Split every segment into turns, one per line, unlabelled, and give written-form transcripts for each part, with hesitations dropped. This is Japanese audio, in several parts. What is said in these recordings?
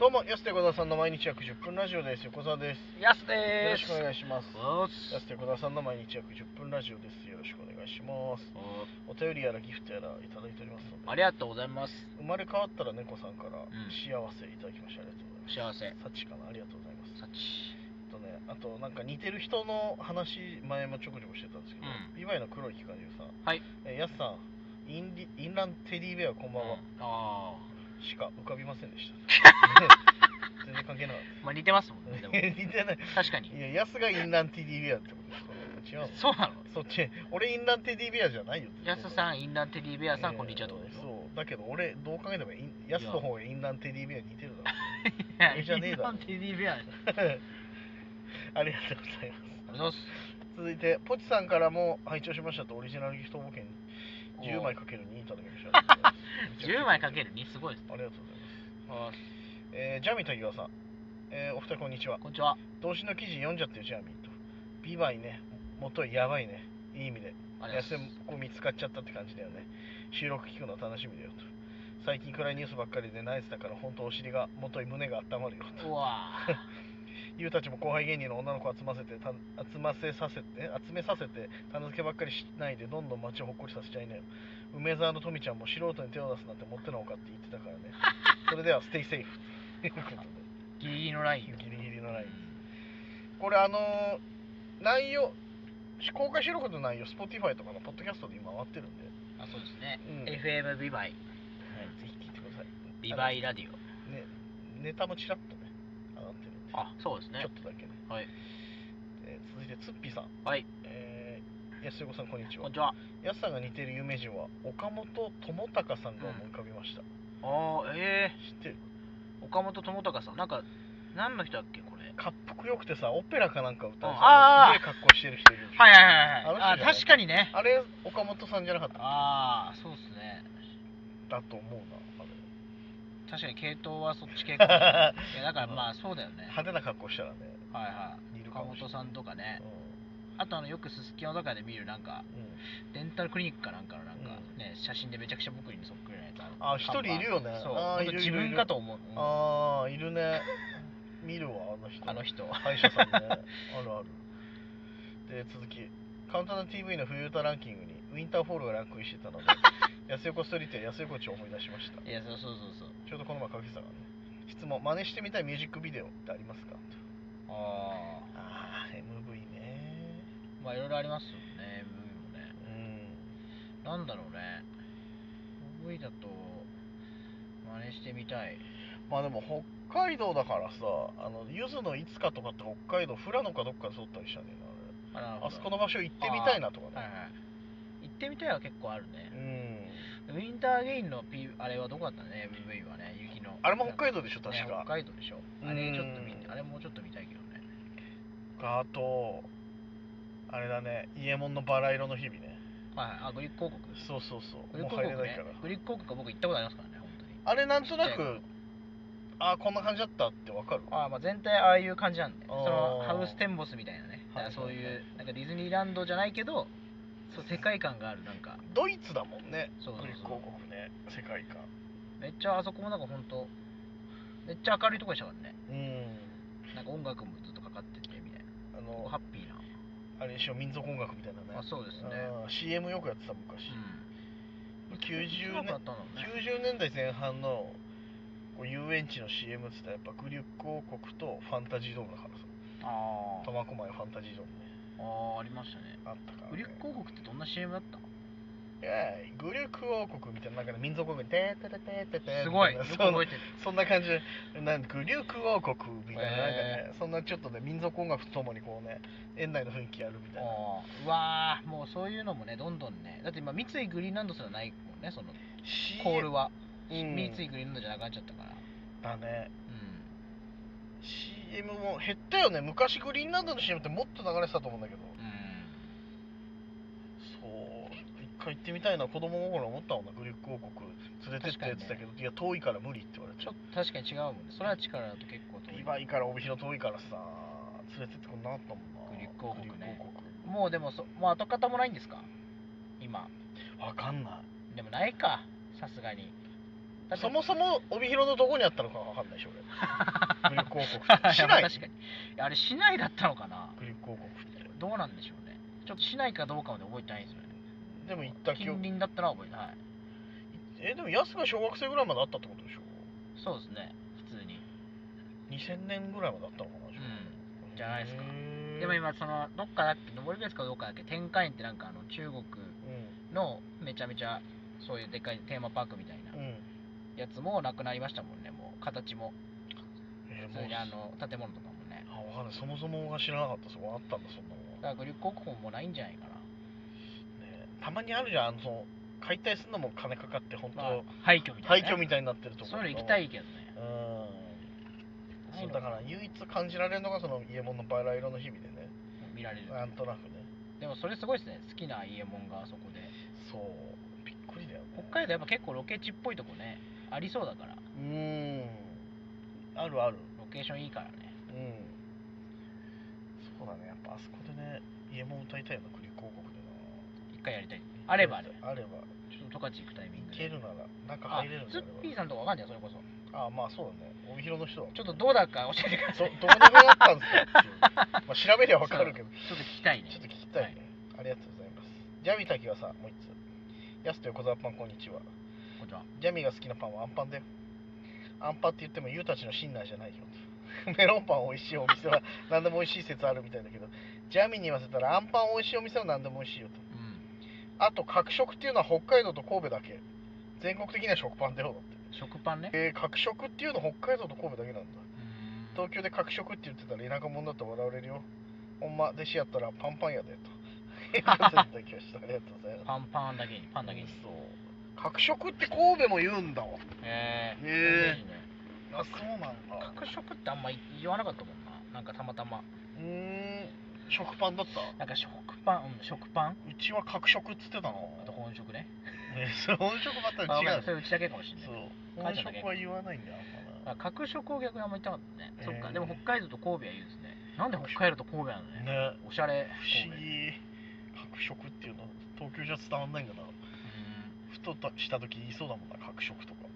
どうも、安手小田さんの毎日約10分ラジオです。横澤です。
やす
よろし
でーす。
くお願いします。
おー
安手小田さんの毎日約10分ラジオです。よろしくお願いします。お便りやらギフトやらいただいておりますので。
ありがとうございます。
生まれ変わったら猫さんから
うん
幸せいただきました。ありがとうございます。
幸せ。
サチかな、ありがとうございます。
サチ。
あとなんか似てる人の話前もちょこちょこしてたんですけど、ビバイの黒い機関銃さん、
はい。
やすさん、インランテディベアこんばんは、
あ
しか浮かびませんでした。全然関係なかった。
まあ似てますもんね。でも
似てない。
確かに。
いや、ヤスがインランテディベアってことですか？違うの？
そうなの？
そっち、俺インランテディベアじゃないよ。
やすさん、インランテディベアさん、こんにちはってことでしょ？
そう、だけど俺、どう考えてもヤスの方がインランテディベアに似てるだろ。
いや、
俺じゃねえだろ。
インランテディベア。
ありがとうございます。
ありがとうございます。
続いて、ポチさんからも拝聴しましたとオリジナルギフト保険10枚かける2いただきました。
10枚かける2、すごいです。
ありがとうございます。ジャミ滝川さん、お二人こんにちは。
こんにちは。
動詞の記事読んじゃってよ、ジャミと。ビバイね、元やばいね、いい意味で。安子見つかっちゃったって感じだよね。収録聞くの楽しみだよと。最近暗いニュースばっかりでナイスだから本当お尻が元い胸が温まるよと。
うわ
ゆうたちも後輩芸人の女の子集めさせて種付けばっかりしないでどんどん街をほっこりさせちゃいなよ。梅沢の富ちゃんも素人に手を出すなんてもってのほかって言ってたからね。それではステイセーフということで。
ギリギリのライン。
ギリギリのライン。これ内容、公開収録の内容、Spotify とかのポッドキャストで今回ってるんで。
あ、そうですね。
うん、
FM ビバイ。
はい、ぜひ聞いてください。
ビバイラディオ。
ね、ネタもちらっとね、上がってるんで。
あ、そうですね。
ちょっとだけね。
はい。
続いて、ツッピーさん。
はい。
安横さん、こんにちは。
こんにちは。
安さんが似ている有名人は、岡本智隆さんが思い浮かびました。
ああ、
知ってる？
岡本智隆さん、なんか、何の人だっけ、これ。
かっこよくてさ、オペラかなんか歌う
さ、
すげえ格好してる人いるでしょ。
はいはいはい。あ、確かにね。
あれ、岡本さんじゃなかったっけ？
ああ、そうっすね。
だと思うな、あれ。
確かに系統はそっち系かもしれない。いや、だからまあそうだよね。
派手な格好したらね。
はいはい。岡本さんとかね。あとよくすすきのとかで見るなんか、デンタルクリニックかなんかのなんかね、写真でめちゃくちゃ僕にそっくりなやつある。
あ、一人いるよね。
そう。自分かと思う。
ああ、いるね。見るわ、
あの人。
歯医者さんね。あるある。で、続き。カウントダウン TV の冬歌ランキングにウィンターフォールがランクインしてたので、安横ストリートや安横町を思い出しました。
いや、そう。
ちょうどこの前かけてたからね。質問、真似してみたいミュージックビデオってありますか？
あ
あ、MV ね。
まあいろいろありますよね、MV もね。なんだろうね。MV だと、真似してみたい。
まあでも北海道だからさ、ゆずのいつかとかって北海道、富良野かどっかで撮ったりしたんだよね。あそこの場所行ってみたいなとかね。
はいはい。行ってみたいは結構ある
ね。
ウィンターゲインのあれはどこだったね、MV はね、雪の。
あれも北海道でしょ、確か。
北海道でしょ。あれもうちょっと見たいけどね。
あと、あれだね、伊右衛門のバラ色の日々ね。
はい、グリック広告。
そう。
グリック広告ね。グリック広告は僕行ったことありますからね、本当に。
あれなんとなく、こんな感じだったってわかる？
まあ全体ああいう感じなんで。ハウステンボスみたいなね。そういう、なんかディズニーランドじゃないけど、世界観がある、なんか。
ドイツだもんね、
そう
グリック広告ね、世界観。
めっちゃあそこもなんか本当めっちゃ明るいとこでしたからね。なんか音楽もずっとかかっててみたいな。ハッピーな。
あれでしょ、民族音楽みたいなね。
そうですね。
CM よくやってた昔。90年代前半の遊園地の CM って言ったらやっぱグリュック王国とファンタジードームだからさ。苫小牧ファンタジードームね。
ありましたね。
あったから、
グリュック王国ってどんな CM だった？
グリュック王国みたいな、なんかね、民族音楽でテテテテテ
すごいよく覚えてる。
そんな感じで、グリュック王国みたいな、なんかね、そんなちょっとね、民族音楽とともにこうね、園内の雰囲気やるみたいな。
うわー、もうそういうのもね、どんどんね、だって今、三井グリーンランドすらないもんね、そのコールは。三井グリーンランドじゃなくなっちゃったから。
だね。CM も減ったよね。昔グリーンランドの CM ってもっと流れてたと思うんだけど。そう。一回行ってみたいな、子供心思ったもんな。グリュック王国連れてってって言ってたけど、いや遠いから無理って言われて。
ちょっと確かに違うもんね。それは力だと結構遠い。
今いから帯広遠いからさ、連れてってこんなかったもんな。
グリュック王国ね。もうでももう跡形もないんですか？今。
わかんない。
でもないか、さすがに。
そもそも帯広のどこにあったのかわかんないでしょ俺。グリコ王国市内。
確かにあれ市内だったのかな。
グリコ王国って
どうなんでしょうね。ちょっと市内かどうかまで覚えてないんですよね。
でも行った記憶。
近隣だったのは覚えてない。
でもヤスが小学生ぐらいまであったってことでしょ。
そうですね、普通に
2000年ぐらいまであったのかな。
じゃないですか。でも今そのどっかだっけ、登別かどうかだっけ、天下園ってなんか中国のめちゃめちゃそういうでかいテーマパークみたいなやつもなくなりましたもんね。もう形も普通に建物とかもね。
あ、わかんない。そもそもが知らなかった。そこあったんだ、そんなもん。
だからグリコ国もないんじゃないかな、
たまにあるじゃん、その解体するのも金かかって本当、
廃墟みたいな、
廃墟みたいになってるところ。
そういうの行きたいけどね。
そうだから唯一感じられるのがその伊右衛門のバラ色の日々でね、
見られる。
なんとなくね。
でもそれすごいですね、好きな伊右衛門がそこで。
そうびっくりだよね。
北海道やっぱ結構ロケ地っぽいとこねありそうだから。
あるある。
ロケーションいいからね。
そうだね、やっぱあそこでね伊右衛門歌いたいな、グリコ王国でな。
一回やりたい。あればね。
あれば
ちょっと十勝行くタイミングで
行けるならなんか入れるんだよ。
ツッピーさんとかわかんじゃん、それこそ。
ああ、まあそうだね、帯広の人は
ちょっとどうだか教えてください。
どこでもだったんですかっていうまあ調べりゃわかるけど、
ちょっと聞きたいね。
ちょっと聞きたいね、ありがとうございます。ジャミタキはさ、もう一つ。ヤスと横澤パン、こんにちは。
こんにちは。
ジャミが好きなパンはアンパンだよ。アンパンって言ってもユウたちのシンナーじゃないよ。メロンパン美味しいお店は何でも美味しい説あるみたいだけど、ジャミに言わせたらアンパン美味しいお店は何でも美味しいよと。あと角食っていうのは北海道と神戸だけ。全国的には食パンだよだって。
食パンね。
角食っていうのは北海道と神戸だけなんだ。東京で角食って言ってたら田舎者だと笑われるよ。ほんま弟子やったらパンパンやでと。ありがとうございます。
パンパンだけに、パンだけに。
そう。角食って神戸も言うんだわ。あ、そうなんだ。
角食ってあんま言わなかったもんな。なんかたまたま。
食パンだった。
なんか食パン、食パン。
うちは角食っつってたの。
あと本食ね。
本食ばったら違う。
それうちだけかもしれない。
そう。本食は言わないんだよ。
角食を逆にあんま言ってなかったね。そっか。でも北海道と神戸は言うんですね。なんで北海道と神戸なのね。
ね。
おしゃれ。
不思議。角食っていうの東京じゃ伝わんないんだな。ふとした時言いそうだもんな、角食とか。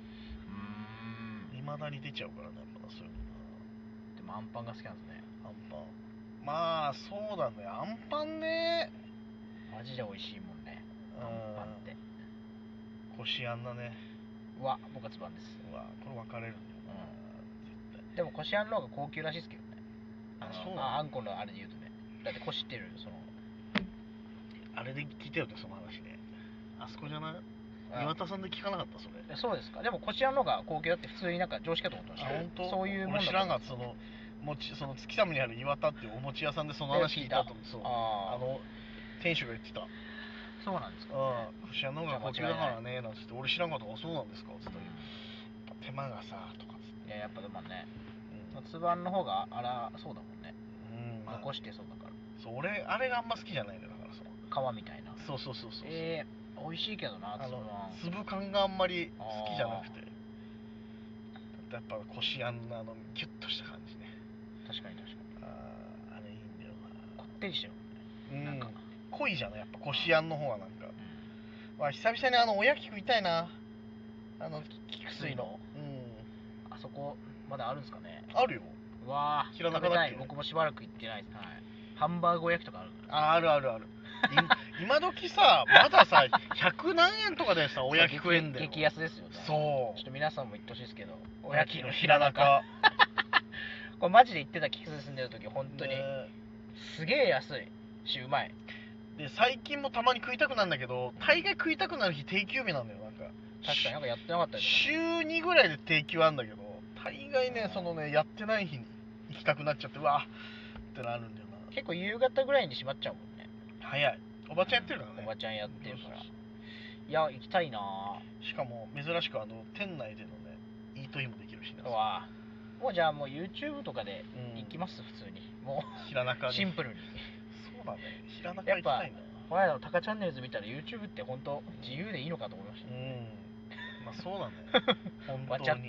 未だに出ちゃうからね、やっぱそういうの。
でもアンパンが好きなんですね。
アンパン。まあそうだね、アンパンね。
マジで美味しいもんね、アンパンって。
こしあんだね。
僕はつばんです。
これ分かれるんだよ
な。でもこしあんの方が高級らしいですけどね。あんこのあれで言うとね。だってこしってるその
あれで聞いてよって、その話ね。あそこじゃない？岩田さんで聞かなかった、それ。
そうですか。でもこしあんの方が高級だって普通になんか常識かと思ってました。
本当？
そういうもんだ。
俺知らんが、その月寒にある岩田っていうお餅屋さんでその話聞いたと思って、そう。店主が言ってた。
そうなんですか。
こしあんの方が高級だからね、なんつって、俺知らんかったから、そうなんですかつって。手間がさ、とかつって。
いや、やっぱでもね、つばんの方がそうだもんね。残してそうだから。
そう、俺、あれがあんま好きじゃないんだよ、だから
皮みたいな。
そう。
美味しいけどな、
粒感があんまり好きじゃなくて。やっぱこしあんのキュッとした感じね。
確かに。
あれいいんだよな。
こってりしてるもんね。なんか
濃いじゃない、やっぱこしあんの方がなんか。久々におやき食いたいな。菊水の。
あそこまだあるんですかね。
あるよ。
食べたい。僕もしばらく行ってないです。ハンバーグおやきとかある。
ある。今時さ、まださ、100何円とかでさ、おやき食えんだよ。
激安ですよね。
そう。
ちょっと皆さんも行ってほしいですけど、おやきの平中。これマジで行ってた、菊池住んでる時、本当に。すげえ安いし、うまい。
で、最近もたまに食いたくなるんだけど、大概食いたくなる日定休日なんだよ、なんか。
確かになんかやってなかったりとか。
週2ぐらいで定休あんだけど、大概ね、やってない日に行きたくなっちゃって、うわってなるんだよな。
結構夕方ぐらいに閉まっちゃうもんね。
早い。おばちゃんやってるからね。
おばちゃんやってるから。いや、行きたいな。
しかも珍しく店内でのね、イートインもできるしね。
もうじゃあもう YouTube とかで行きます、普通に。もう
平中
シンプルに。
そうだね。平中行きたいな。
この間のタカチャンネルズ見たら YouTube って本当自由でいいのかと思いました。
まあそうだね。本当に。
わちゃって。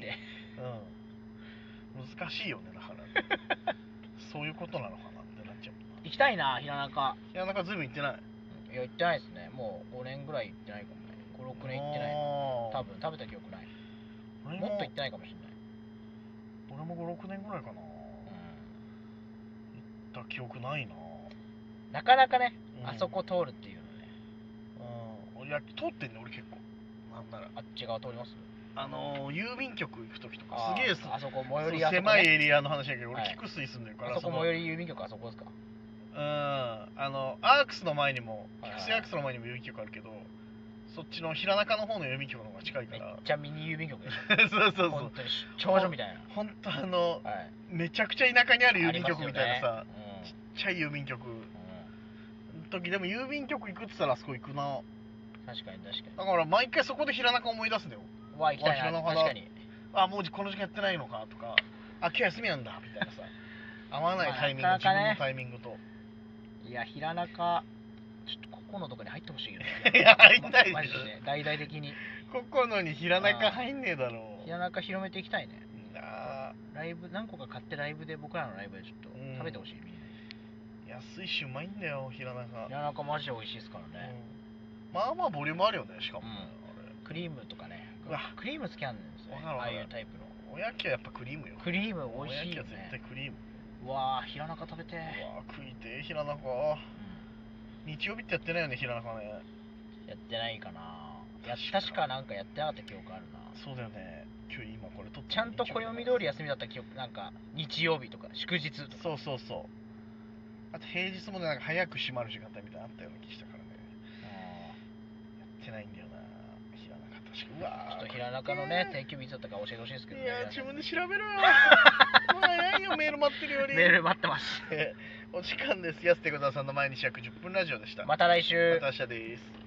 難しいよね、だから。そういうことなのかなってなっちゃう。
行きたいな、平中。
平中ずいぶん行ってない。
いや、行ってないですね。もう5年ぐらい行ってないかもね。5、6年行ってない。多分食べた記憶ない。 もっと行ってないかもしれない。
俺も5、6年ぐらいかな、行った記憶ないな。
なかなかね、あそこ通るっていうのね。
いや通ってんね俺結構。なんなら
あっち側通ります。
郵便局行く時とかすげえ
あそこ最寄りあそこ、ね、
狭いエリアの話だけど、俺菊水住んでるから、
あそこ最寄り郵便局あそこですか。
アークスの前にも菊水アークスの前にも郵便局あるけど、そっちの平中の方の郵便局の方が近いから。
めっちゃミニ郵便局でしょ。
そうそうそう、
本当に長女みたいな。
本当めちゃくちゃ田舎にある郵便局みたいなさ、ちっちゃい郵便局の時でも郵便局行くって言ったらあそこ行くな。
確かに確かに。
だから毎回そこで平中思い出すんだよ。
わ、行きたいな。確かに。
もうこの時間やってないのかとか、今日休みなんだみたいなさ、合わないタイミング、自分のタイミングと。
いや、平中ちょっとここのとこに入ってほしいけど。
いや、入んないでしょ。
マジで大々的に。
ここのに平中入んねえだろう。
平中広めていきたいね。ライブ何個か買ってライブで、僕らのライブでちょっと食べてほしい。
安いしうまいんだよ平中。
平中マジで美味しいですからね。
まあまあボリュームあるよね。しかも
クリームとかね。クリーム好きなんですよ。ああいうタイプの。
おやきはやっぱクリームよ。
クリーム美味しいよね。
おやきは絶対クリーム。
うわー、平中食べて。
うわー、食いて平中。日曜日ってやってないよね平中ね。
やってないかな。確かなんかやってなかった記憶あるな。
そうだよね。今これ撮って
ちゃんと暦通り休みだった記憶、なんか日曜日とか祝日とか。
そうそうそう。あと平日もね、なんか早く閉まる時間帯みたいなのあったような気したからね。やってないんだよな平中。確か。うわ
ちょっと平中のね定休日いつだったか教えてほしいですけどね。
いや自分で調べろよ。もう早いよメール待ってるより。
メール待ってます。
お時間です。安手小沢さんの毎日約10分ラジオでした。
また来週。
また明日です。